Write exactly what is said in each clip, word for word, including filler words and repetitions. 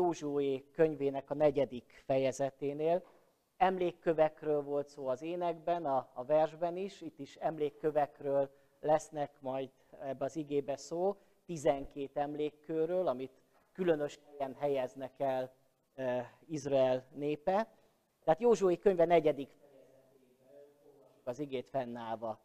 Józsué könyvének a negyedik fejezeténél. Emlékkövekről volt szó az énekben, a, a versben is, itt is emlékkövekről lesznek majd ebbe az igébe szó, tizenkét emlékkőről, amit különös helyen helyeznek el e, Izrael népe. Tehát Józsué könyve negyedik fejezetében olvassuk az igét fennállva.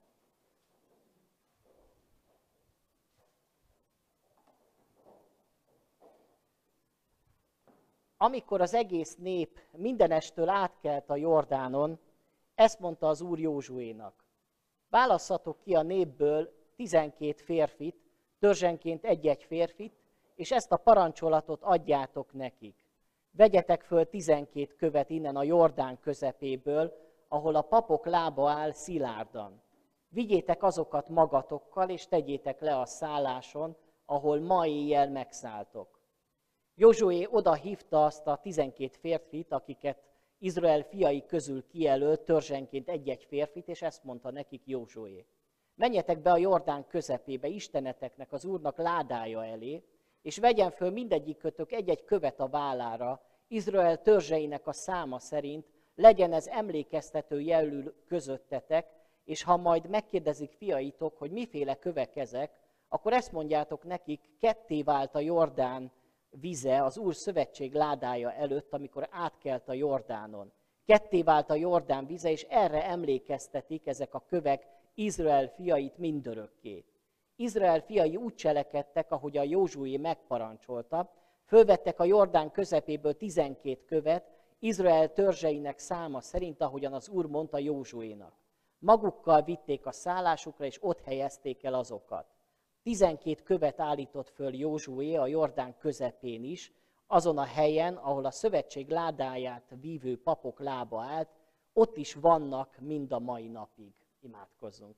Amikor az egész nép mindenestől átkelt a Jordánon, ezt mondta az Úr Józsuénak: válasszatok ki a népből tizenkét férfit, törzsenként egy-egy férfit, és ezt a parancsolatot adjátok nekik. Vegyetek föl tizenkét követ innen a Jordán közepéből, ahol a papok lába áll szilárdan. Vigyétek azokat magatokkal, és tegyétek le a szálláson, ahol ma éjjel megszálltok. Józsué oda hívta azt a tizenkét férfit, akiket Izrael fiai közül kijelölt, törzsenként egy-egy férfit, és ezt mondta nekik Józsué: menjetek be a Jordán közepébe, Isteneteknek, az Úrnak ládája elé, és vegyen föl mindegyik kötök egy-egy követ a vállára, Izrael törzseinek a száma szerint, legyen ez emlékeztető jelül közöttetek, és ha majd megkérdezik fiaitok, hogy miféle kövek ezek, akkor ezt mondjátok nekik: ketté vált a Jordán vize az Úr szövetség ládája előtt, amikor átkelt a Jordánon. Ketté vált a Jordán vize, és erre emlékeztetik ezek a kövek Izrael fiait mindörökké. Izrael fiai úgy cselekedtek, ahogy a Józsué megparancsolta, fölvettek a Jordán közepéből tizenkét követ, Izrael törzseinek száma szerint, ahogyan az Úr mondta Józsuénak. Magukkal vitték a szállásukra, és ott helyezték el azokat. Tizenkét követ állított föl Józsué a Jordán közepén is, azon a helyen, ahol a szövetség ládáját vívő papok lába állt, ott is vannak mind a mai napig. Imádkozzunk.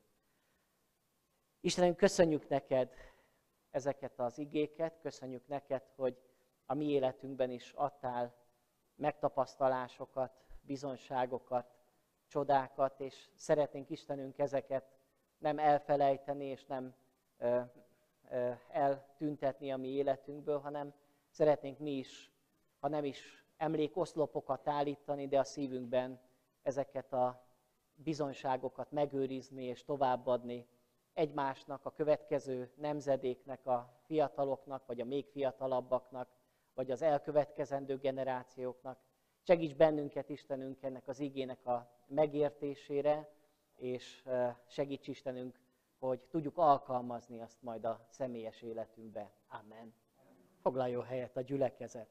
Istenünk, köszönjük neked ezeket az igéket, köszönjük neked, hogy a mi életünkben is adtál megtapasztalásokat, bizonyságokat, csodákat, és szeretnénk Istenünk ezeket nem elfelejteni, és nem ö, ö, eltüntetni a mi életünkből, hanem szeretnénk mi is, ha nem is emlékoszlopokat állítani, de a szívünkben ezeket a bizonyságokat megőrizni és továbbadni egymásnak, a következő nemzedéknek, a fiataloknak, vagy a még fiatalabbaknak, vagy az elkövetkezendő generációknak. Segíts bennünket, Istenünk, ennek az igének a megértésére, és segíts, Istenünk, hogy tudjuk alkalmazni azt majd a személyes életünkbe. Amen. Foglaljon helyet a gyülekezet.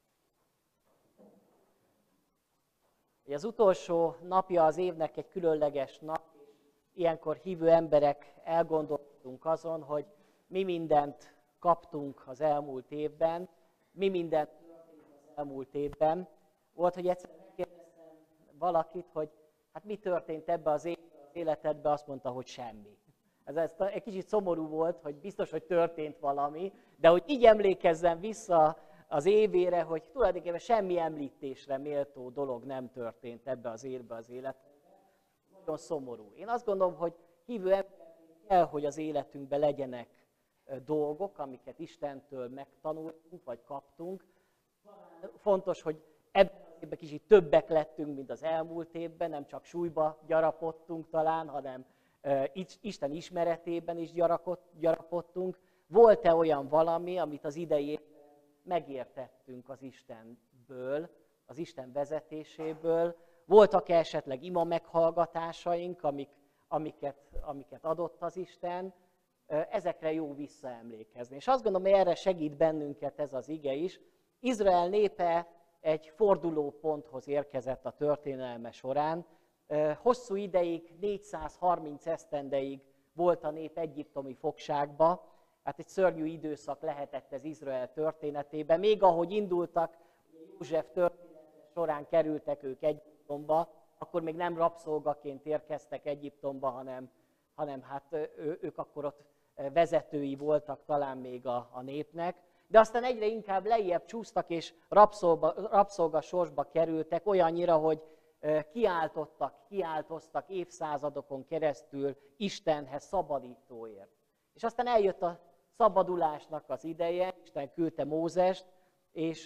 Az utolsó napja az évnek egy különleges nap, és ilyenkor hívő emberek elgondolkodtunk azon, hogy mi mindent kaptunk az elmúlt évben, mi mindent történt az elmúlt évben. Volt, hogy egyszer megkérdeztem valakit, hogy hát mi történt ebbe az évben az életedben, azt mondta, hogy semmi. Ez, ez egy kicsit szomorú volt, hogy biztos, hogy történt valami, de hogy így emlékezzen vissza az évére, hogy tulajdonképpen semmi említésre méltó dolog nem történt ebbe az évbe az életben. Nagyon szomorú. Én azt gondolom, hogy hívő emberként kell, hogy az életünkben legyenek dolgok, amiket Istentől megtanultunk, vagy kaptunk. Fontos, hogy ebben az évben kicsit többek lettünk, mint az elmúlt évben, nem csak súlyba gyarapodtunk talán, hanem Isten ismeretében is gyarapodtunk. Volt-e olyan valami, amit az idei megértettünk az Istenből, az Isten vezetéséből? Voltak-e esetleg ima meghallgatásaink, amik, amiket, amiket adott az Isten? Ezekre jó visszaemlékezni. És azt gondolom, hogy erre segít bennünket ez az ige is. Izrael népe egy fordulóponthoz érkezett a történelme során. Hosszú ideig, négyszázharminc esztendeig volt a nép egyiptomi fogságba. Hát egy szörnyű időszak lehetett ez Izrael történetében. Még ahogy indultak, József története során kerültek ők Egyiptomba, akkor még nem rabszolgaként érkeztek Egyiptomba, hanem, hanem hát ő, ők akkor ott vezetői voltak talán még a, a népnek. De aztán egyre inkább lejjebb csúsztak, és rabszolga, rabszolga sorsba kerültek, olyannyira, hogy kiáltottak, kiáltoztak évszázadokon keresztül Istenhez szabadítóért. És aztán eljött a szabadulásnak az ideje, Isten küldte Mózest, és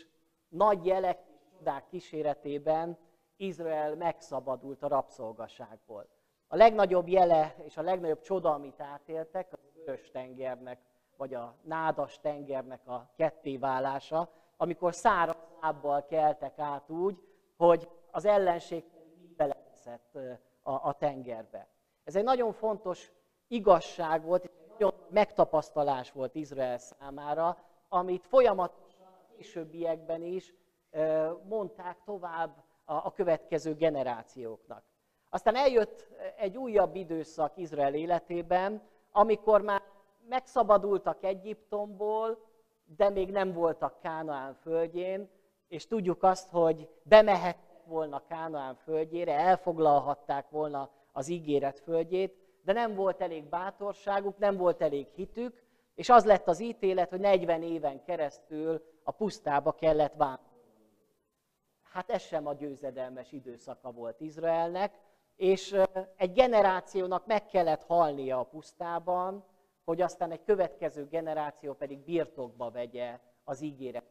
nagy jelek és csodák kíséretében Izrael megszabadult a rabszolgaságból. A legnagyobb jele és a legnagyobb csoda, amit átéltek, a Vörös-tengernek, vagy a Nádas-tengernek a kettéválása, amikor száraz lábbal keltek át úgy, hogy az ellenség pedig beleveszett a, a tengerbe. Ez egy nagyon fontos igazság volt, és egy nagyon megtapasztalás volt Izrael számára, amit folyamatosan a későbbiekben is mondták tovább a következő generációknak. Aztán eljött egy újabb időszak Izrael életében, amikor már megszabadultak Egyiptomból, de még nem voltak Kánaán földjén, és tudjuk azt, hogy bemehettek volna Kánaán földjére, elfoglalhatták volna az ígéret földjét, de nem volt elég bátorságuk, nem volt elég hitük, és az lett az ítélet, hogy negyven éven keresztül a pusztába kellett vándorolni. Hát ez sem a győzedelmes időszaka volt Izraelnek, és egy generációnak meg kellett halnia a pusztában, hogy aztán egy következő generáció pedig birtokba vegye az ígéretet.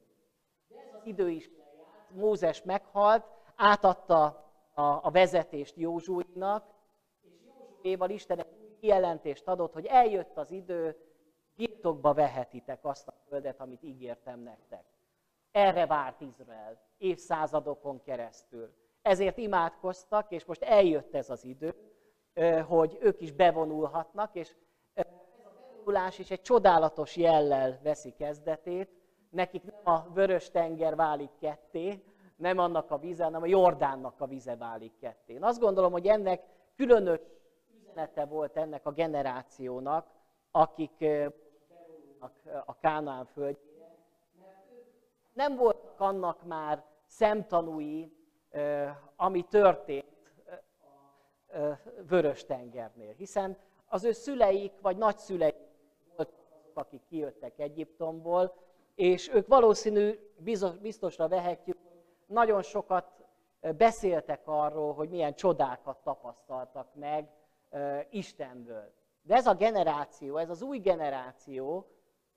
De ez az idő is lejárt, Mózes meghalt, átadta a, a vezetést Józsuénak, és Józsuéval Isten egy új kijelentést adott, hogy eljött az idő, birtokba vehetitek azt a földet, amit ígértem nektek. Erre várt Izrael évszázadokon keresztül. Ezért imádkoztak, és most eljött ez az idő, hogy ők is bevonulhatnak, és ez a bevonulás is egy csodálatos jellel veszi kezdetét. Nekik nem a Vörös-tenger válik ketté, nem annak a vize, hanem a Jordánnak a vize válik ketté. Én azt gondolom, hogy ennek különös üzenete volt ennek a generációnak, akik bevonulnak a Kánaán földjére, mert ők nem voltak annak már szemtanúi, ami történt a Vörös-tengernél, hiszen az ő szüleik vagy nagyszüleik voltak azok, akik kijöttek Egyiptomból, és ők valószínű, biztosra vehetjük, nagyon sokat beszéltek arról, hogy milyen csodákat tapasztaltak meg Istenből. De ez a generáció, ez az új generáció,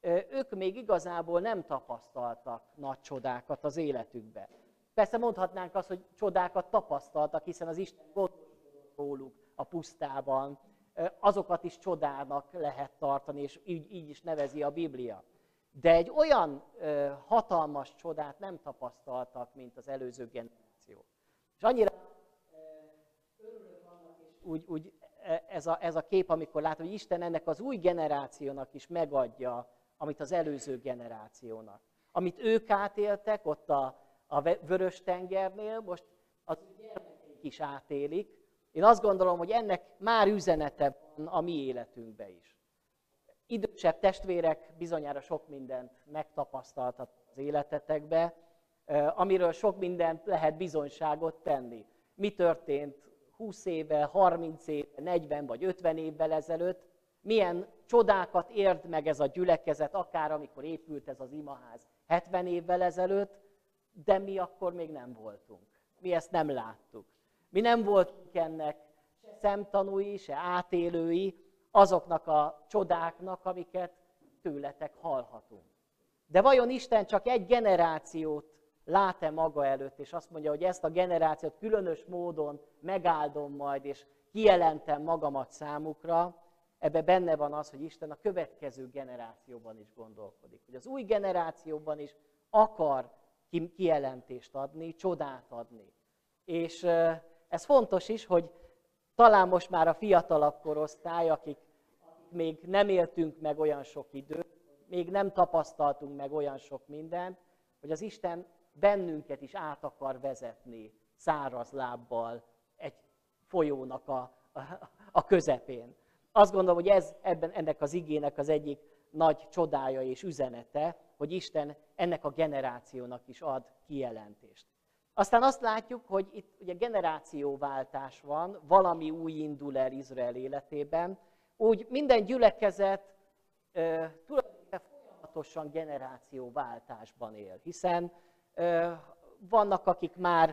ők még igazából nem tapasztaltak nagy csodákat az életükben. Persze mondhatnánk azt, hogy csodákat tapasztaltak, hiszen az Isten gondoskodott róluk a pusztában. Azokat is csodának lehet tartani, és így, így is nevezi a Biblia. De egy olyan ö, hatalmas csodát nem tapasztaltak, mint az előző generáció. És annyira ö, örülök annak, és úgy, úgy ez, a, ez a kép, amikor látom, hogy Isten ennek az új generációnak is megadja, amit az előző generációnak. Amit ők átéltek ott a a Vörös-tengernél, most az gyermekeik is átélik. Én azt gondolom, hogy ennek már üzenete van a mi életünkben is. Idősebb testvérek bizonyára sok mindent megtapasztaltatnak az életetekbe, amiről sok mindent lehet bizonyságot tenni. Mi történt húsz éve, harminc éve, negyven vagy ötven évvel ezelőtt, milyen csodákat ért meg ez a gyülekezet, akár amikor épült ez az imaház hetven évvel ezelőtt, de mi akkor még nem voltunk. Mi ezt nem láttuk. Mi nem voltunk ennek se szemtanúi, se átélői azoknak a csodáknak, amiket tőletek hallhatunk. De vajon Isten csak egy generációt lát-e maga előtt, és azt mondja, hogy ezt a generációt különös módon megáldom majd, és kijelentem magamat számukra, ebbe benne van az, hogy Isten a következő generációban is gondolkodik. Hogy az új generációban is akar kijelentést adni, csodát adni. És ez fontos is, hogy talán most már a fiatalabb korosztály, akik, akik még nem éltünk meg olyan sok időt, még nem tapasztaltunk meg olyan sok mindent, hogy az Isten bennünket is át akar vezetni száraz lábbal egy folyónak a, a, a közepén. Azt gondolom, hogy ez ebben, ennek az igének az egyik nagy csodája és üzenete, hogy Isten ennek a generációnak is ad kijelentést. Aztán azt látjuk, hogy itt ugye generációváltás van, valami új indul el Izrael életében, úgy minden gyülekezet uh, tulajdonképpen folyamatosan generációváltásban él, hiszen uh, vannak, akik már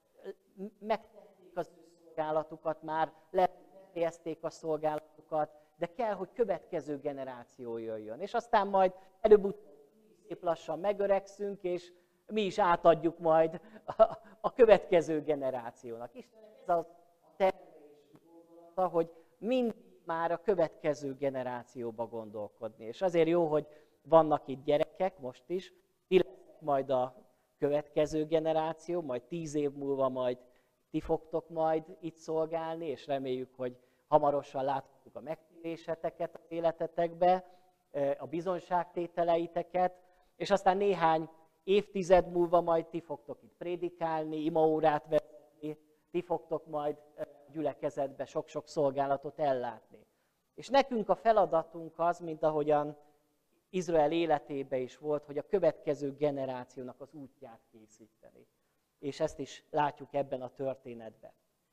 megtették az ő szolgálatukat, már lefejezték a szolgálatukat, de kell, hogy következő generáció jöjjön. És aztán majd előbb-utóbb szép lassan megöregszünk, és mi is átadjuk majd a, a következő generációnak. Istennek ez a tervezési gondolata, hogy mindig már a következő generációba gondolkodni. És azért jó, hogy vannak itt gyerekek most is, ti lesznek majd a következő generáció, majd tíz év múlva majd ti fogtok majd itt szolgálni, és reméljük, hogy hamarosan láthatjuk a megtéréseteket az életetekbe, a bizonságtételeiteket, és aztán néhány évtized múlva majd ti fogtok itt prédikálni, imaórát vezetni, ti fogtok majd gyülekezetbe sok-sok szolgálatot ellátni. És nekünk a feladatunk az, mint ahogyan Izrael életében is volt, hogy a következő generációnak az útját készíteni. És ezt is látjuk ebben a történetben.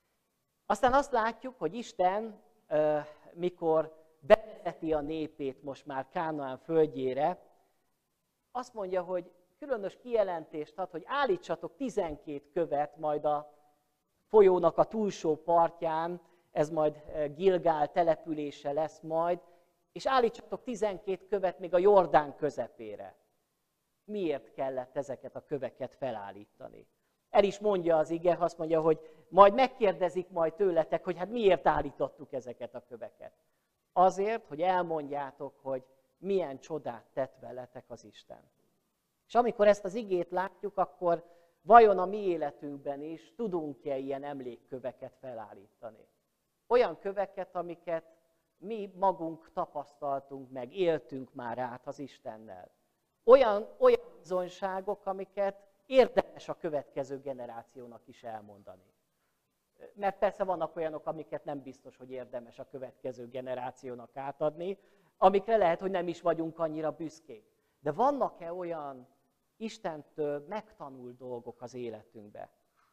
Aztán azt látjuk, hogy Isten, mikor bevezeti a népét most már Kánaán földjére, azt mondja, hogy különös kijelentést ad, hogy állítsatok tizenkét követ majd a folyónak a túlsó partján, ez majd Gilgál települése lesz majd, és állítsatok tizenkét követ még a Jordán közepére. Miért kellett ezeket a köveket felállítani? El is mondja az ige, azt mondja, hogy majd megkérdezik majd tőletek, hogy hát miért állítottuk ezeket a köveket. Azért, hogy elmondjátok, hogy milyen csodát tett veletek az Isten. És amikor ezt az igét látjuk, akkor vajon a mi életünkben is tudunk-e ilyen emlékköveket felállítani? Olyan köveket, amiket mi magunk tapasztaltunk meg, éltünk már át az Istennel. Olyan, olyan bizonyságok, amiket érdemes a következő generációnak is elmondani. Mert persze vannak olyanok, amiket nem biztos, hogy érdemes a következő generációnak átadni, amikre lehet, hogy nem is vagyunk annyira büszkék. De vannak-e olyan Istentől megtanult dolgok az életünkbe,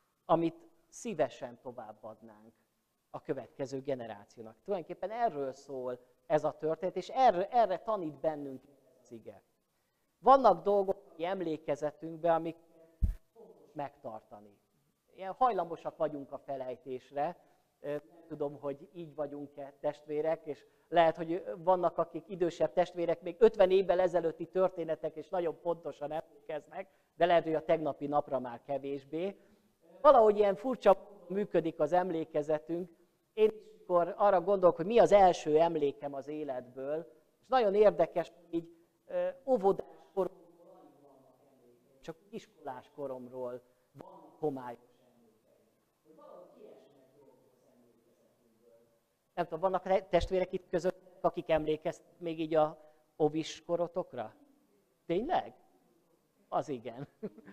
amit szívesen továbbadnánk a következő generációnak? Tulajdonképpen erről szól ez a történet, és erre, erre tanít bennünket az ige. Vannak dolgok a emlékezetünkben, amik fontos megtartani. Ilyen hajlamosak vagyunk a felejtésre, nem tudom, hogy így vagyunk-e testvérek, és lehet, hogy vannak, akik idősebb testvérek, még ötven évvel ezelőtti történetek, és nagyon pontosan emlékeznek, de lehet, hogy a tegnapi napra már kevésbé. Valahogy ilyen furcsa működik az emlékezetünk. Én is, mikor arra gondolok, hogy mi az első emlékem az életből, és nagyon érdekes, hogy így óvodás koromról alig vannak emlékeim, csak iskolás koromról van homályos emlékeim. Hogy valahogy kiesnek dolgok az emlékezetünkből. Nem tudom, vannak testvérek itt között, akik emlékeztek még így a ovis korotokra? Tényleg? Az igen.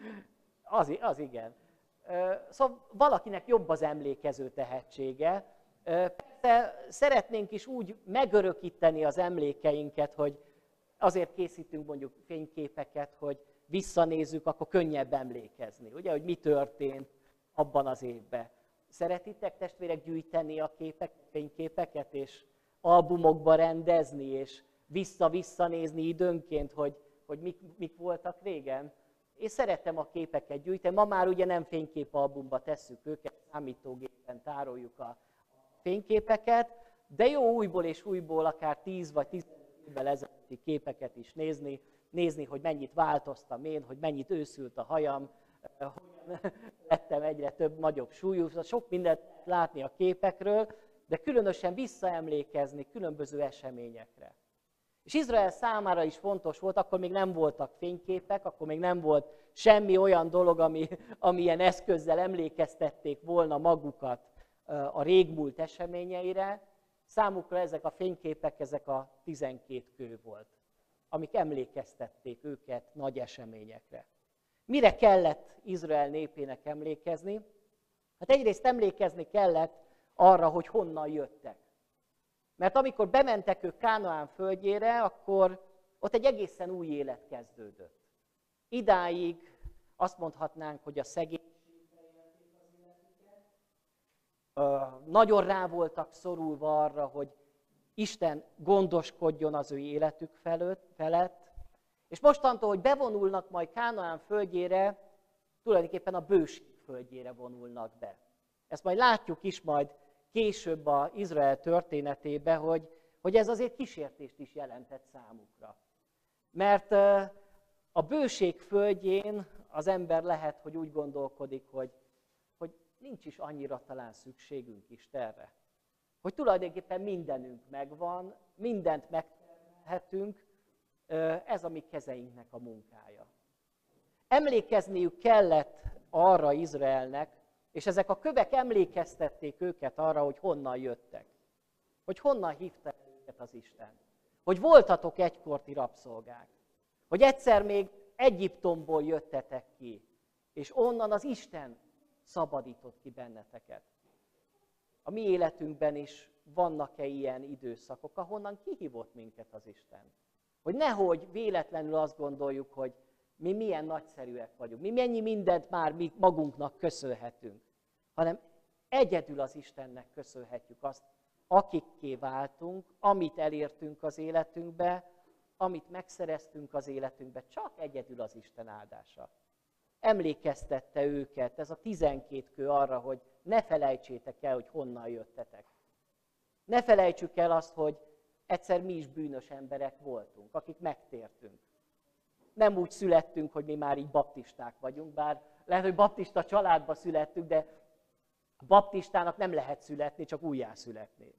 Az, az igen. Szóval valakinek jobb az emlékező tehetsége. Persze szeretnénk is úgy megörökíteni az emlékeinket, hogy azért készítünk mondjuk fényképeket, hogy visszanézzük, akkor könnyebb emlékezni. Ugye, hogy mi történt abban az évben. Szeretitek testvérek gyűjteni a képek, fényképeket, és albumokba rendezni, és vissza-vissza nézni időnként, hogy, hogy mik, mik voltak régen? Én szeretem a képeket gyűjteni. Ma már ugye nem fényképalbumba tesszük őket, számítógépen tároljuk a fényképeket, de jó újból és újból akár tíz vagy tizenöt évvel ezelőtti képeket is nézni, nézni, hogy mennyit változtam én, hogy mennyit őszült a hajam, hogy lettem egyre több, nagyobb súlyú, sok mindent látni a képekről, de különösen visszaemlékezni különböző eseményekre. És Izrael számára is fontos volt, akkor még nem voltak fényképek, akkor még nem volt semmi olyan dolog, ami, ami ilyen eszközzel emlékeztették volna magukat a régmúlt eseményeire. Számukra ezek a fényképek, ezek a tizenkét kő volt, amik emlékeztették őket nagy eseményekre. Mire kellett Izrael népének emlékezni? Hát egyrészt emlékezni kellett arra, hogy honnan jöttek. Mert amikor bementek ők Kánaán földjére, akkor ott egy egészen új élet kezdődött. Idáig azt mondhatnánk, hogy a szegénységbe élték az életüket. Nagyon rá voltak szorulva arra, hogy Isten gondoskodjon az ő életük felett, felett. És mostantól, hogy bevonulnak majd Kánaán földjére, tulajdonképpen a bőség földjére vonulnak be. Ezt majd látjuk is majd később az Izrael történetében, hogy, hogy ez azért kísértést is jelentett számukra. Mert a bőség földjén az ember lehet, hogy úgy gondolkodik, hogy, hogy nincs is annyira talán szükségünk Istenre. Hogy tulajdonképpen mindenünk megvan, mindent megtehetünk, ez a mi kezeinknek a munkája. Emlékezniük kellett arra Izraelnek, és ezek a kövek emlékeztették őket arra, hogy honnan jöttek. Hogy honnan hívta őket az Isten. Hogy voltatok egykorti rabszolgák. Hogy egyszer még Egyiptomból jöttetek ki, és onnan az Isten szabadított ki benneteket. A mi életünkben is vannak-e ilyen időszakok, ahonnan kihívott minket az Isten? Hogy nehogy véletlenül azt gondoljuk, hogy mi milyen nagyszerűek vagyunk, mi mennyi mindent már mi magunknak köszönhetünk, hanem egyedül az Istennek köszönhetjük azt, akikké váltunk, amit elértünk az életünkbe, amit megszereztünk az életünkbe, csak egyedül az Isten áldása. Emlékeztette őket ez a tizenkét kő arra, hogy ne felejtsétek el, hogy honnan jöttetek. Ne felejtsük el azt, hogy egyszer mi is bűnös emberek voltunk, akik megtértünk. Nem úgy születtünk, hogy mi már így baptisták vagyunk, bár lehet, hogy baptista családba születtünk, de baptistának nem lehet születni, csak újjászületni.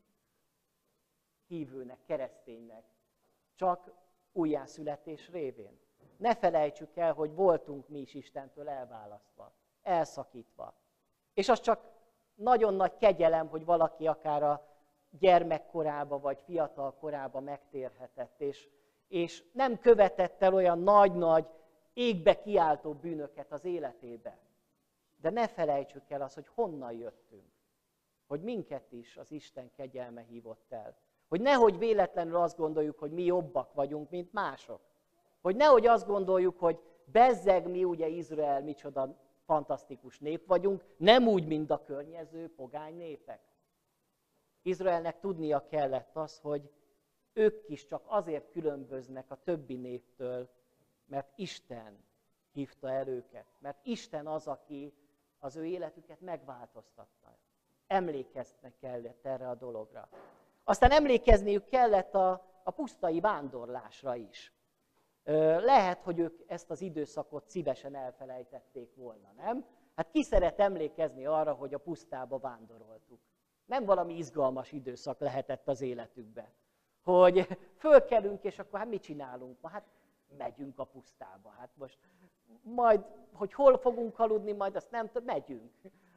Hívőnek, kereszténynek, csak újjászületés révén. Ne felejtsük el, hogy voltunk mi is Istentől elválasztva, elszakítva. És az csak nagyon nagy kegyelem, hogy valaki akár a gyermekkorába vagy fiatal korába megtérhetett, és, és nem követett el olyan nagy-nagy, égbe kiáltó bűnöket az életébe. De ne felejtsük el azt, hogy honnan jöttünk. Hogy minket is az Isten kegyelme hívott el. Hogy nehogy véletlenül azt gondoljuk, hogy mi jobbak vagyunk, mint mások. Hogy nehogy azt gondoljuk, hogy bezzeg mi ugye Izrael, micsoda fantasztikus nép vagyunk, nem úgy, mint a környező pogány népek. Izraelnek tudnia kellett az, hogy ők is csak azért különböznek a többi néptől, mert Isten hívta el őket. Mert Isten az, aki az ő életüket megváltoztatta. Emlékeznek kellett erre a dologra. Aztán emlékezniük kellett a, a pusztai vándorlásra is. Lehet, hogy ők ezt az időszakot szívesen elfelejtették volna, nem? Hát ki szeret emlékezni arra, hogy a pusztába vándoroltuk? Nem valami izgalmas időszak lehetett az életükben. Hogy fölkelünk, és akkor hát mit csinálunk ma? Hát megyünk a pusztába. Hát most majd, hogy hol fogunk aludni, majd azt nem tudom, megyünk.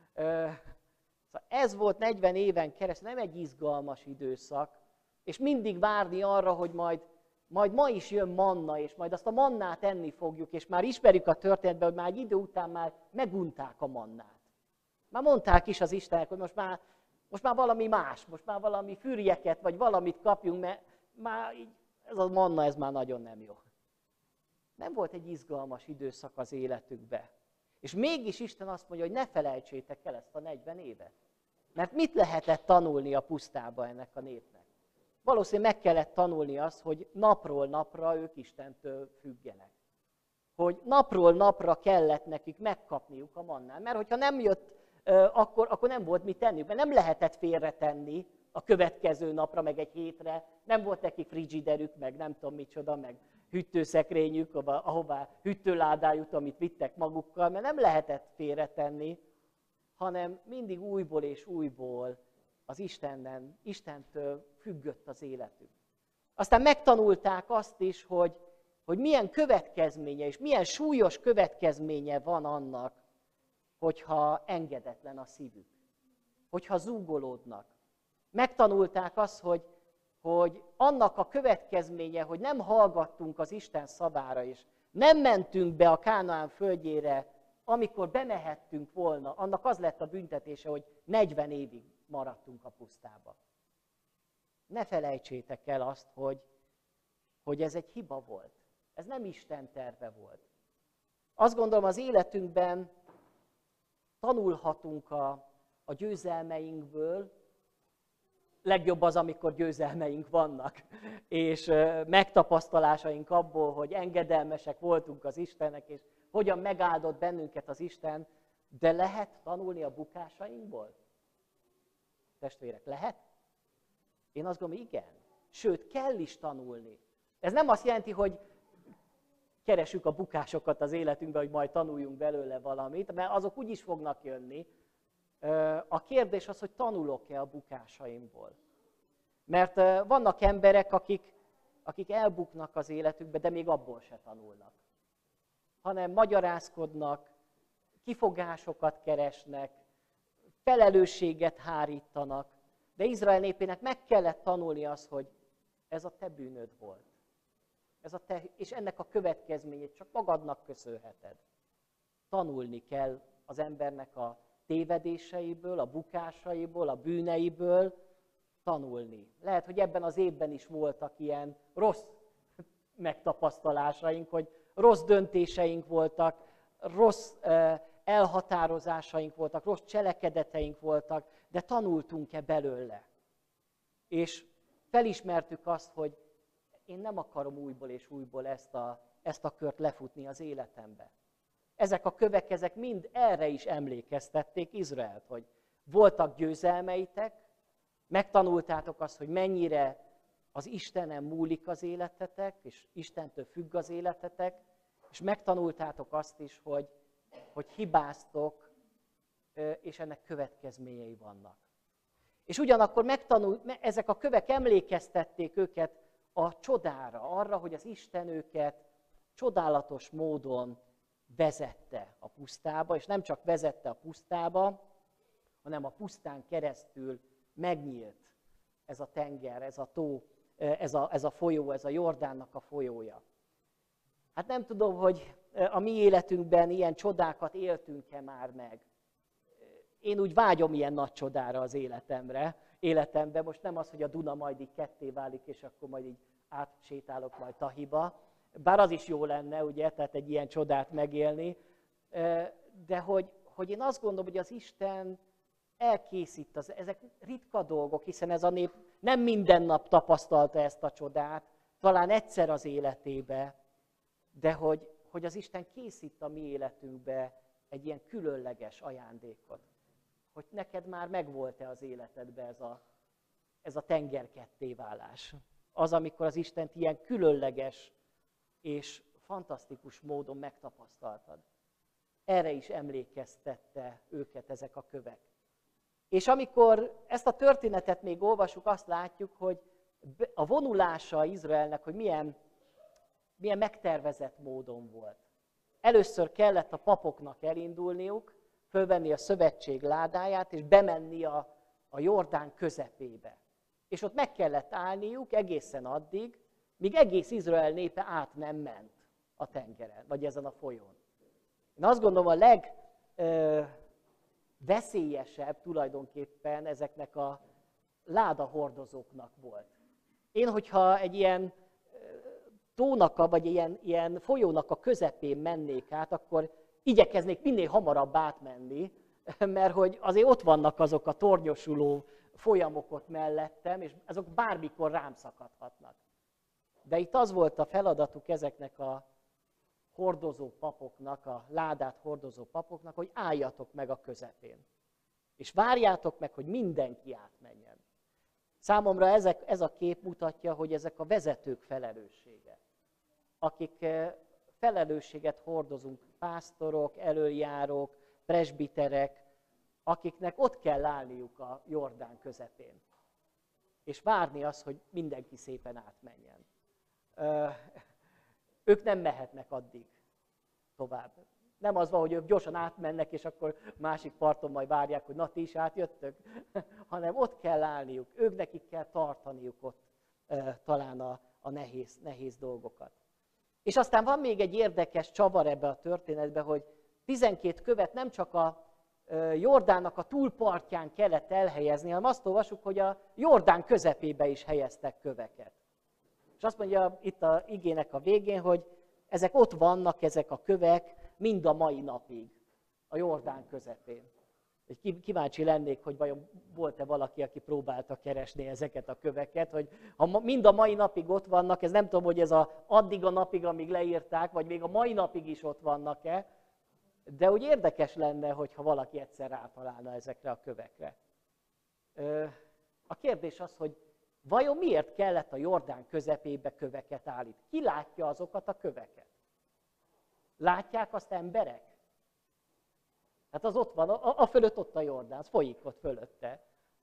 Szóval ez volt negyven éven keresztül, nem egy izgalmas időszak, és mindig várni arra, hogy majd, majd ma is jön manna, és majd azt a mannát enni fogjuk, és már ismerjük a történetben, hogy már egy idő után már megunták a mannát. Már mondták is az Istenek, hogy most már, most már valami más, most már valami fürjeket, vagy valamit kapjunk, mert már így, ez a manna, ez már nagyon nem jó. Nem volt egy izgalmas időszak az életükbe. És mégis Isten azt mondja, hogy ne felejtsétek el ezt a negyven évet. Mert mit lehetett tanulni a pusztába ennek a népnek? Valószínűleg meg kellett tanulni azt, hogy napról napra ők Istentől függenek. Hogy napról napra kellett nekik megkapniuk a mannát. Mert hogyha nem jött, akkor, akkor nem volt mit tenniük. Mert nem lehetett félretenni a következő napra, meg egy hétre. Nem volt nekik frigiderük, meg nem tudom micsoda, meg hűtőszekrényük, ahová hűtőládájuk, amit vittek magukkal, mert nem lehetett félretenni, hanem mindig újból és újból az Istenen, Istentől függött az életük. Aztán megtanulták azt is, hogy, hogy milyen következménye és milyen súlyos következménye van annak, hogyha engedetlen a szívük, hogyha zúgolódnak. Megtanulták azt, hogy hogy annak a következménye, hogy nem hallgattunk az Isten szavára is, nem mentünk be a Kánaán földjére, amikor bemehettünk volna, annak az lett a büntetése, hogy negyven évig maradtunk a pusztába. Ne felejtsétek el azt, hogy, hogy ez egy hiba volt. Ez nem Isten terve volt. Azt gondolom, az életünkben tanulhatunk a, a győzelmeinkből. Legjobb az, amikor győzelmeink vannak, és megtapasztalásaink abból, hogy engedelmesek voltunk az Istennek, és hogyan megáldott bennünket az Isten, de lehet tanulni a bukásainkból? Testvérek, lehet? Én azt gondolom, igen. Sőt, kell is tanulni. Ez nem azt jelenti, hogy keresünk a bukásokat az életünkben, hogy majd tanuljunk belőle valamit, mert azok úgy is fognak jönni. A kérdés az, hogy tanulok-e a bukásaimból. Mert vannak emberek, akik, akik elbuknak az életükbe, de még abból se tanulnak. Hanem magyarázkodnak, kifogásokat keresnek, felelősséget hárítanak. De Izrael népének meg kellett tanulni azt, hogy ez a te bűnöd volt. Ez a te, és ennek a következményét csak magadnak köszönheted. Tanulni kell az embernek a tévedéseiből, a bukásaiból, a bűneiből tanulni. Lehet, hogy ebben az évben is voltak ilyen rossz megtapasztalásaink, hogy rossz döntéseink voltak, rossz elhatározásaink voltak, rossz cselekedeteink voltak, de tanultunk-e belőle? És felismertük azt, hogy én nem akarom újból és újból ezt a, ezt a kört lefutni az életembe. Ezek a kövek, ezek mind erre is emlékeztették Izraelt, hogy voltak győzelmeitek, megtanultátok azt, hogy mennyire az Istenen múlik az életetek, és Istentől függ az életetek, és megtanultátok azt is, hogy, hogy hibáztok, és ennek következményei vannak. És ugyanakkor megtanul, ezek a kövek emlékeztették őket a csodára, arra, hogy az Isten őket csodálatos módon vezette a pusztába, és nem csak vezette a pusztába, hanem a pusztán keresztül megnyílt ez a tenger, ez a tó, ez a, ez a folyó, ez a Jordánnak a folyója. Hát nem tudom, hogy a mi életünkben ilyen csodákat éltünk-e már meg. Én úgy vágyom ilyen nagy csodára az életemre, életemben. Most nem az, hogy a Duna majd így ketté válik, és akkor majd így átsétálok majd Tahiba. Bár az is jó lenne, ugye, tehát egy ilyen csodát megélni. De hogy, hogy én azt gondolom, hogy az Isten elkészít, az, ezek ritka dolgok, hiszen ez a nép nem minden nap tapasztalta ezt a csodát, talán egyszer az életébe, de hogy, hogy az Isten készít a mi életünkbe egy ilyen különleges ajándékot. Hogy neked már megvolt-e az életedbe ez a, ez a tenger kettéválás. Az, amikor az Istent ilyen különleges és fantasztikus módon megtapasztaltad. Erre is emlékeztette őket ezek a kövek. És amikor ezt a történetet még olvasjuk, azt látjuk, hogy a vonulása Izraelnek, hogy milyen, milyen megtervezett módon volt. Először kellett a papoknak elindulniuk, fölvenni a szövetség ládáját, és bemenni a, a Jordán közepébe. És ott meg kellett állniuk egészen addig, míg egész Izrael népe át nem ment a tengeren, vagy ezen a folyón. Én azt gondolom, a leg... Ö, veszélyesebb tulajdonképpen ezeknek a ládahordozóknak volt. Én, hogyha egy ilyen tónak, vagy ilyen, ilyen folyónak a közepén mennék át, akkor igyekeznék minél hamarabb átmenni, mert hogy azért ott vannak azok a tornyosuló folyamok ott mellettem, és azok bármikor rám szakadhatnak. De itt az volt a feladatuk ezeknek a hordozó papoknak, a ládát hordozó papoknak, hogy álljatok meg a közepén. És várjátok meg, hogy mindenki átmenjen. Számomra ezek, ez a kép mutatja, hogy ezek a vezetők felelőssége. Akik felelősséget hordozunk, pásztorok, elöljárók, presbiterek, akiknek ott kell állniuk a Jordán közepén. És várni azt, hogy mindenki szépen átmenjen. Ők nem mehetnek addig tovább. Nem az van, hogy ők gyorsan átmennek, és akkor másik parton majd várják, hogy na ti is átjöttök, hanem ott kell állniuk, ők nekik kell tartaniuk ott e, talán a, a nehéz, nehéz dolgokat. És aztán van még egy érdekes csavar ebbe a történetbe, hogy tizenkét követ nem csak a e, Jordánnak a túlpartján kellett elhelyezni, hanem azt olvasjuk, hogy a Jordán közepébe is helyeztek köveket. És azt mondja itt a igének a végén, hogy ezek ott vannak, ezek a kövek, mind a mai napig, a Jordán közepén. Kíváncsi lennék, hogy vajon volt-e valaki, aki próbálta keresni ezeket a köveket, hogy ha mind a mai napig ott vannak, ez nem tudom, hogy ez a, addig a napig, amíg leírták, vagy még a mai napig is ott vannak-e, de úgy érdekes lenne, hogyha valaki egyszer rátalálna ezekre a kövekre. A kérdés az, hogy vajon miért kellett a Jordán közepébe köveket állítani? Ki látja azokat a köveket? Látják azt emberek? Hát az ott van, a, a fölött ott a Jordán, az folyik ott fölötte.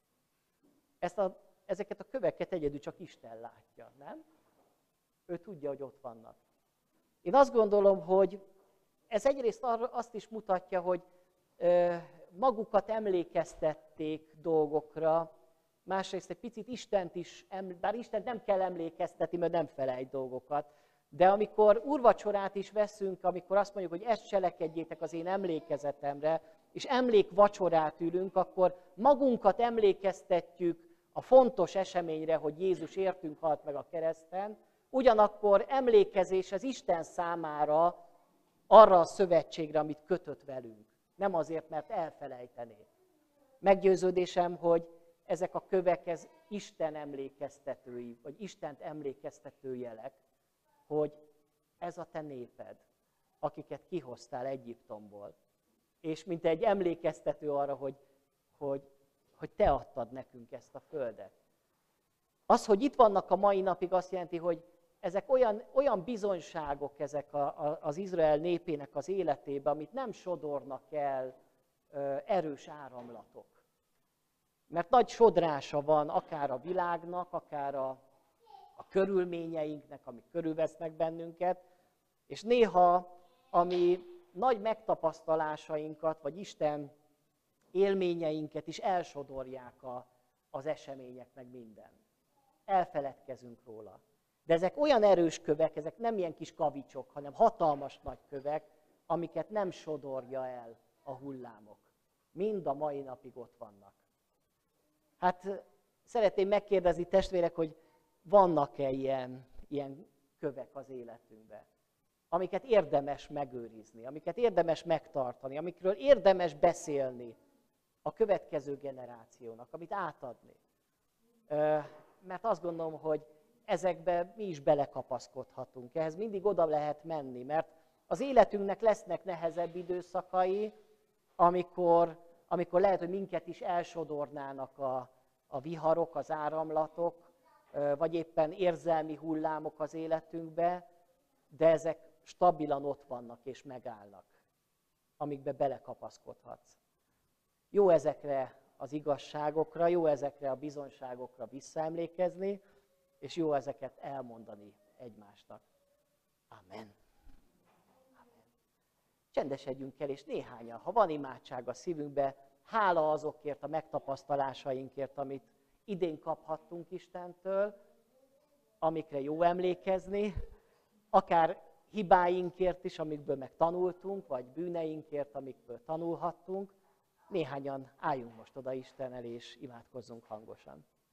Ezt a, ezeket a köveket egyedül csak Isten látja, nem? Ő tudja, hogy ott vannak. Én azt gondolom, hogy ez egyrészt arra, azt is mutatja, hogy ö, magukat emlékeztették dolgokra, másrészt egy picit Istent is, bár Istent nem kell emlékeztetni, mert nem felejt dolgokat, de amikor úrvacsorát is veszünk, amikor azt mondjuk, hogy ezt cselekedjétek az én emlékezetemre, és emlékvacsorát ülünk, akkor magunkat emlékeztetjük a fontos eseményre, hogy Jézus értünk halt meg a kereszten, ugyanakkor emlékezés az Isten számára arra a szövetségre, amit kötött velünk. Nem azért, mert elfelejtené. Meggyőződésem, hogy ezek a kövek, ez Isten emlékeztetői, vagy Istent emlékeztető jelek, hogy ez a te néped, akiket kihoztál Egyiptomból. És mint egy emlékeztető arra, hogy, hogy, hogy te adtad nekünk ezt a földet. Az, hogy itt vannak a mai napig, azt jelenti, hogy ezek olyan, olyan bizonyságok ezek a, a, az Izrael népének az életében, amit nem sodornak el ö, erős áramlatok. Mert nagy sodrása van akár a világnak, akár a, a körülményeinknek, amik körülvesznek bennünket, és néha, ami nagy megtapasztalásainkat, vagy Isten élményeinket is elsodorják a, az események, meg minden. Elfeledkezünk róla. De ezek olyan erős kövek, ezek nem ilyen kis kavicsok, hanem hatalmas nagy kövek, amiket nem sodorja el a hullámok. Mind a mai napig ott vannak. Hát szeretném megkérdezni, testvérek, hogy vannak-e ilyen, ilyen kövek az életünkben, amiket érdemes megőrizni, amiket érdemes megtartani, amikről érdemes beszélni a következő generációnak, amit átadni. Mert azt gondolom, hogy ezekbe mi is belekapaszkodhatunk. Ehhez mindig oda lehet menni, mert az életünknek lesznek nehezebb időszakai, amikor, amikor lehet, hogy minket is elsodornának a, a viharok, az áramlatok, vagy éppen érzelmi hullámok az életünkbe, de ezek stabilan ott vannak és megállnak, amikbe belekapaszkodhatsz. Jó ezekre az igazságokra, jó ezekre a bizonyságokra visszaemlékezni, és jó ezeket elmondani egymásnak. Amen. Amen. Csendesedjünk el, és néhányan, ha van imádság a szívünkbe, hála azokért a megtapasztalásainkért, amit idén kaphattunk Istentől, amikre jó emlékezni, akár hibáinkért is, amikből meg tanultunk, vagy bűneinkért, amikből tanulhattunk. Néhányan álljunk most oda Isten elé, és imádkozzunk hangosan.